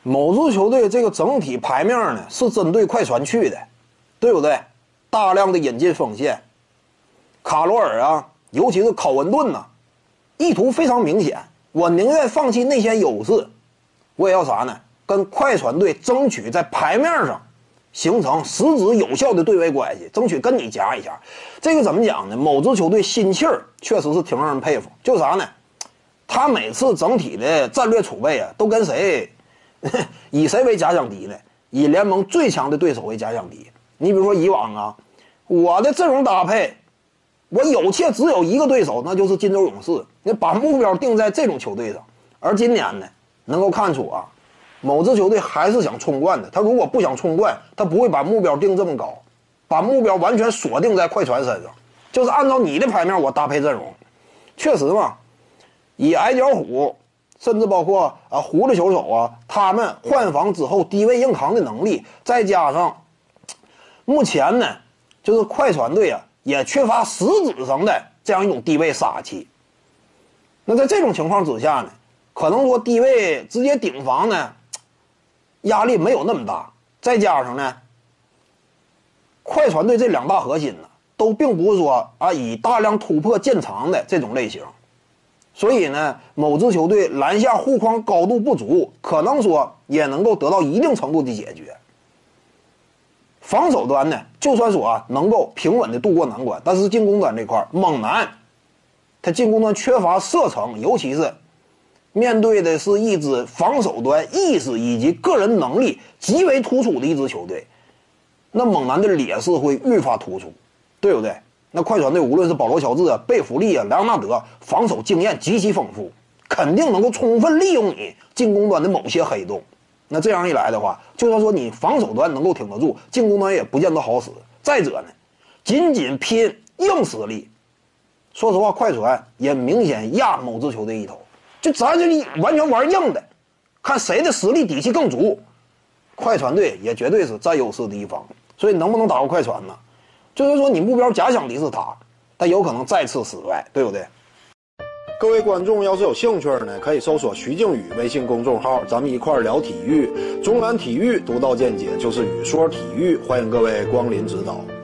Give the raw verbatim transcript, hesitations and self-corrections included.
某支球队这个整体牌面呢是针对快船去的，对不对？大量的引进锋线，卡罗尔啊，尤其是考文顿呐、啊，意图非常明显。我宁愿放弃内线优势，我也要啥呢？跟快船队争取在牌面上形成实质有效的对位关系，争取跟你夹一下。这个怎么讲呢？某支球队心气儿确实是挺让人佩服。就啥呢？他每次整体的战略储备啊，都跟谁以谁为假想敌呢？以联盟最强的对手为假想敌。你比如说以往啊，我的阵容搭配，我有且只有一个对手，那就是金州勇士。你把目标定在这种球队上。而今年呢，能够看出啊，某支球队还是想冲冠的。他如果不想冲冠，他不会把目标定这么高，把目标完全锁定在快船身上，就是按照你的牌面我搭配阵容。确实嘛，以矮脚虎，甚至包括啊胡子球手啊，他们换防之后低位硬扛的能力，再加上目前呢，就是快船队啊也缺乏实质上的这样一种低位杀气。那在这种情况之下呢，可能说低位直接顶防呢，压力没有那么大。再加上呢，快船队这两大核心呢，都并不是说啊以大量突破见长的这种类型。所以呢，某支球队篮下护框高度不足，可能说也能够得到一定程度的解决。防守端呢，就算说啊能够平稳的度过难关，但是进攻端这块猛男，他进攻端缺乏射程，尤其是面对的是一支防守端意识以及个人能力极为突出的一支球队，那猛男的劣势会愈发突出，对不对？那快船队无论是保罗·乔治啊、贝弗利啊、莱昂纳德，防守经验极其丰富，肯定能够充分利用你进攻端的某些黑洞。那这样一来的话，就算说你防守端能够挺得住，进攻端也不见得好使。再者呢，仅仅拼硬实力，说实话，快船也明显压某支球队一头。就咱这里完全玩硬的，看谁的实力底气更足。快船队也绝对是占优势的一方，所以能不能打过快船呢？就是说你目标假想敌是他，但有可能再次失败，对不对？各位观众要是有兴趣呢，可以搜索徐静宇微信公众号，咱们一块儿聊体育。中南体育独到见解就是语说体育，欢迎各位光临指导。